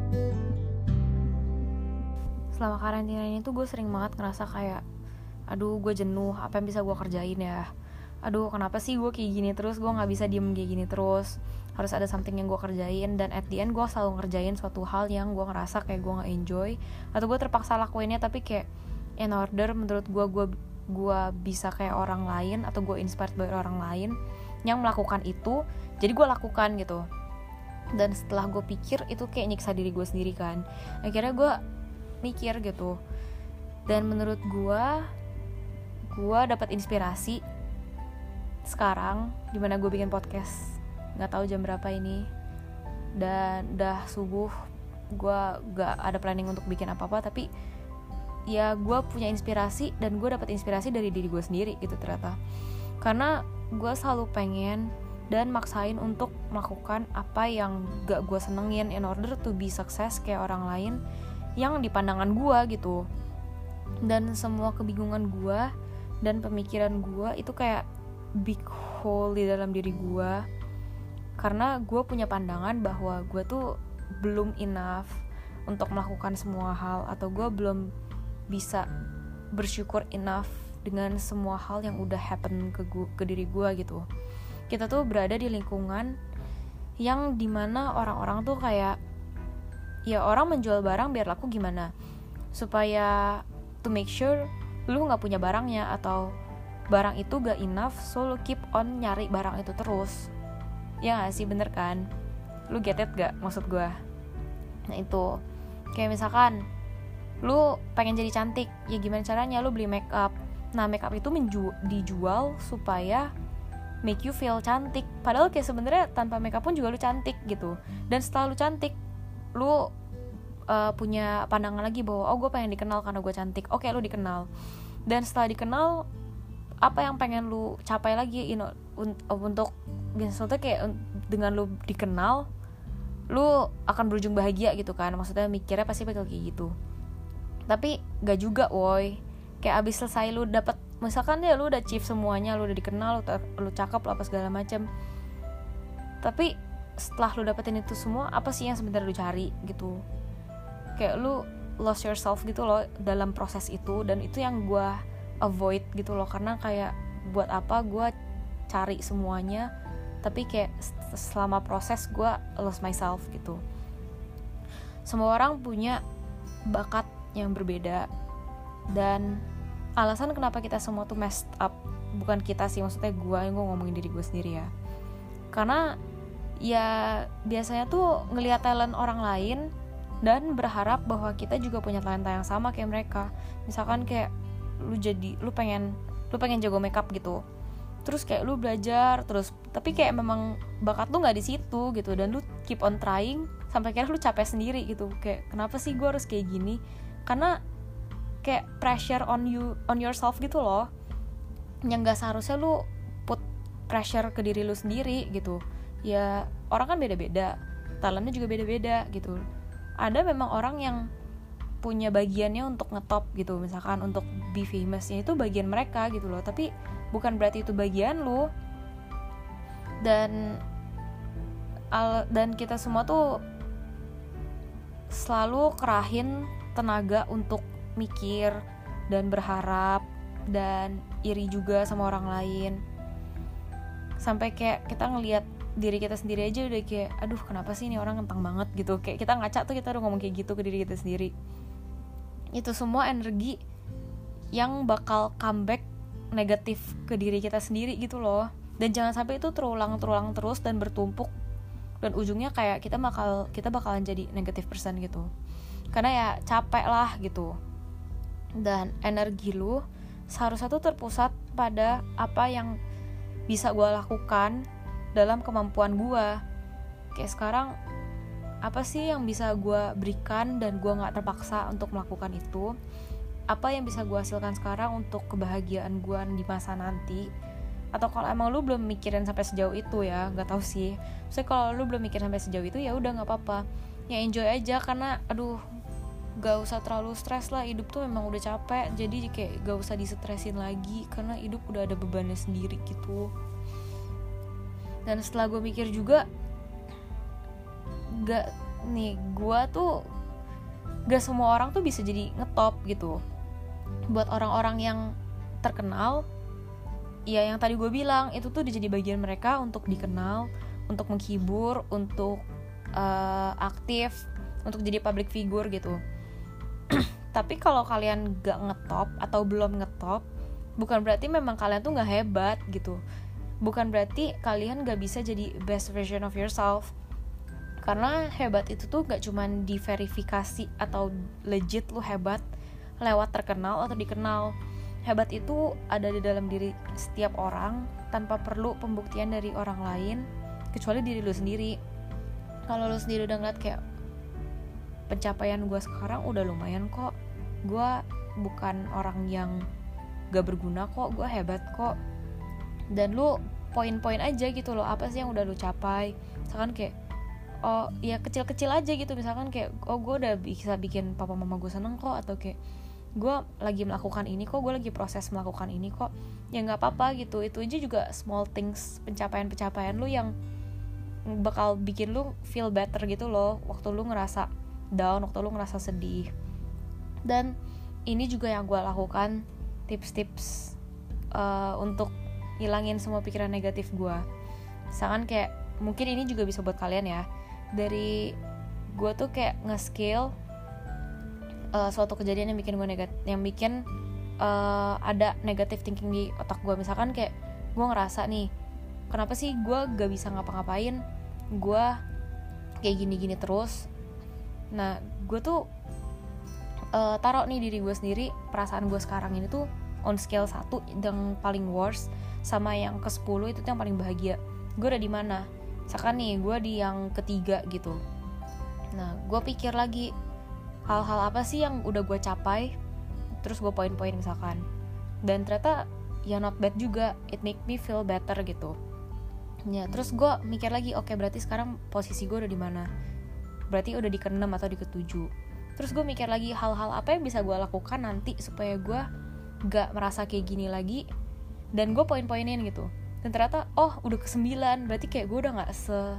Selama karantina ini tuh gue sering banget ngerasa kayak, aduh gue jenuh, apa yang bisa gue kerjain ya. Aduh kenapa sih gue kayak gini terus, gue gak bisa diem kayak gini terus. Harus ada something yang gue kerjain, dan at the end gue selalu ngerjain suatu hal yang gue ngerasa kayak gue gak enjoy, atau gue terpaksa lakuinnya tapi kayak in order menurut gue bisa kayak orang lain, atau gue inspired by orang lain yang melakukan itu, jadi gue lakukan gitu. Dan setelah gue pikir itu kayak nyiksa diri gue sendiri kan, akhirnya gue mikir gitu. Dan menurut gue dapat inspirasi sekarang dimana gue bikin podcast. Nggak tahu jam berapa ini, dan udah subuh. Gue gak ada planning untuk bikin apa-apa, tapi ya gue punya inspirasi, dan gue dapat inspirasi dari diri gue sendiri gitu ternyata. Karena gue selalu pengen dan maksain untuk melakukan apa yang gak gue senengin in order to be success kayak orang lain yang di pandangan gue gitu. Dan semua kebingungan gue dan pemikiran gue itu kayak big hole di dalam diri gue, karena gue punya pandangan bahwa gue tuh belum enough untuk melakukan semua hal, atau gue belum bisa bersyukur enough dengan semua hal yang udah happen ke diri gue gitu. Kita tuh berada di lingkungan yang dimana orang-orang tuh kayak, ya orang menjual barang biar laku gimana, supaya to make sure lu gak punya barangnya, atau barang itu gak enough, so lu keep on nyari barang itu terus. Ya gak sih, bener kan? Lu get it gak maksud gue? Nah itu, kayak misalkan lu pengen jadi cantik, ya gimana caranya? Lu beli make up. Nah make up itu dijual supaya make you feel cantik, padahal kayak sebenarnya tanpa make up pun juga lu cantik gitu. Dan setelah lu cantik, lu punya pandangan lagi bahwa gue pengen dikenal karena gue cantik. Oke, lu dikenal, dan setelah dikenal, apa yang pengen lu capai lagi untuk maksudnya kayak dengan lu dikenal, lu akan berujung bahagia gitu kan. Maksudnya mikirnya pasti bakal kayak gitu. Tapi gak juga woy. Kayak abis selesai lu dapet, misalkan ya lu udah achieve semuanya, lu udah dikenal, lu cakep lah apa segala macam, tapi setelah lu dapetin itu semua, apa sih yang sebenarnya lu cari gitu. Kayak lu lost yourself gitu loh dalam proses itu. Dan itu yang gue avoid gitu loh, karena kayak buat apa gue cari semuanya tapi kayak selama proses gue lost myself gitu. Semua orang punya bakat yang berbeda, dan alasan kenapa kita semua tuh messed up, bukan kita sih, maksudnya gue ngomongin diri gue sendiri ya, karena ya biasanya tuh ngelihat talent orang lain dan berharap bahwa kita juga punya talenta yang sama kayak mereka. Misalkan kayak lu pengen jago makeup gitu, terus kayak lu belajar terus, tapi kayak memang bakat lu nggak di situ gitu, dan lu keep on trying sampai akhirnya lu capek sendiri gitu. Kayak kenapa sih gue harus kayak gini? Karena kayak pressure on yourself gitu loh, yang nggak seharusnya lu put pressure ke diri lu sendiri gitu. Ya orang kan beda-beda, talentnya juga beda-beda gitu. Ada memang orang yang punya bagiannya untuk ngetop gitu, misalkan untuk be famousnya itu bagian mereka gitu loh, tapi bukan berarti itu bagian lu. Dan kita semua tuh selalu kerahin tenaga untuk mikir dan berharap dan iri juga sama orang lain, sampai kayak kita ngelihat diri kita sendiri aja udah kayak, aduh kenapa sih ini orang kentang banget gitu. Kayak kita ngaca tuh kita udah ngomong kayak gitu ke diri kita sendiri. Itu semua energi yang bakal comeback negatif ke diri kita sendiri gitu loh. Dan jangan sampai itu terulang terus dan bertumpuk, dan ujungnya kayak kita bakalan jadi negative person gitu. Karena ya capek lah gitu. Dan energi lu seharusnya tuh terpusat pada apa yang bisa gue lakukan dalam kemampuan gue. Kayak sekarang apa sih yang bisa gue berikan dan gue gak terpaksa untuk melakukan itu. Apa yang bisa gue hasilkan sekarang untuk kebahagiaan gue di masa nanti. Atau kalau emang lu belum mikirin sampai sejauh itu ya, gak tahu sih. Maksudnya kalau lu belum mikir sampai sejauh itu ya udah gak apa-apa, ya enjoy aja. Karena aduh gak usah terlalu stres lah, hidup tuh memang udah capek. Jadi kayak gak usah disetresin lagi, karena hidup udah ada bebannya sendiri gitu. Dan setelah gue mikir juga, nih, gue tuh gak semua orang tuh bisa jadi ngetop gitu. Buat orang-orang yang terkenal, ya yang tadi gue bilang, itu tuh jadi bagian mereka untuk dikenal, untuk menghibur, untuk aktif, untuk jadi public figure gitu. Tapi kalau kalian gak ngetop atau belum ngetop, bukan berarti memang kalian tuh gak hebat gitu. Bukan berarti kalian gak bisa jadi best version of yourself. Karena hebat itu tuh gak cuman diverifikasi atau legit lu hebat lewat terkenal atau dikenal. Hebat itu ada di dalam diri setiap orang tanpa perlu pembuktian dari orang lain, kecuali diri lu sendiri. Kalau lu sendiri udah ngeliat kayak pencapaian gue sekarang udah lumayan kok, gue bukan orang yang gak berguna kok, gue hebat kok, dan lu poin-poin aja gitu loh, apa sih yang udah lu capai. Misalkan kayak oh ya kecil-kecil aja gitu, misalkan kayak oh gue udah bisa bikin papa mama gue seneng kok, atau kayak gue lagi melakukan ini kok, gue lagi proses melakukan ini kok, ya nggak apa-apa gitu. Itu aja juga small things, pencapaian lu yang bakal bikin lu feel better gitu loh waktu lu ngerasa down, waktu lu ngerasa sedih. Dan ini juga yang gue lakukan, tips-tips untuk ngilangin semua pikiran negatif gue. Misalkan kayak mungkin ini juga bisa buat kalian ya, dari gue tuh kayak nge-scale suatu kejadian yang bikin gue yang bikin ada negative thinking di otak gue. Misalkan kayak gue ngerasa nih, kenapa sih gue gak bisa ngapa-ngapain, gue kayak gini-gini terus. Nah gue tuh taruh nih diri gue sendiri, perasaan gue sekarang ini tuh on scale 1 yang paling worst sama yang ke 10 itu yang paling bahagia. Gue udah di mana? Misalkan nih gue di yang ketiga gitu. Nah gue pikir lagi, hal-hal apa sih yang udah gue capai, terus gue poin-poin misalkan, dan ternyata ya not bad juga, it make me feel better gitu ya. Terus gue mikir lagi, oke, berarti sekarang posisi gue udah di mana, berarti udah di ke-6 atau di ke-7. Terus gue mikir lagi hal-hal apa yang bisa gue lakukan nanti supaya gue gak merasa kayak gini lagi, dan gue poin-poinin gitu. Dan ternyata oh udah ke-9, berarti kayak gue udah gak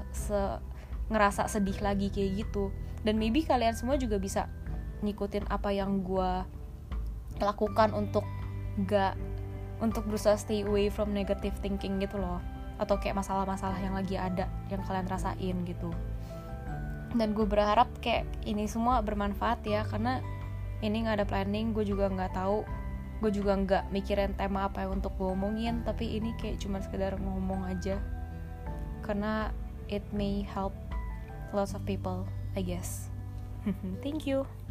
ngerasa sedih lagi kayak gitu. Dan maybe kalian semua juga bisa ngikutin apa yang gue lakukan untuk berusaha stay away from negative thinking gitu loh, atau kayak masalah-masalah yang lagi ada yang kalian rasain gitu. Dan gue berharap kayak ini semua bermanfaat ya, karena ini gak ada planning, gue juga gak tahu, gue juga gak mikirin tema apa yang untuk gue omongin, tapi ini kayak cuma sekedar ngomong aja karena it may help lots of people, I guess. Thank you.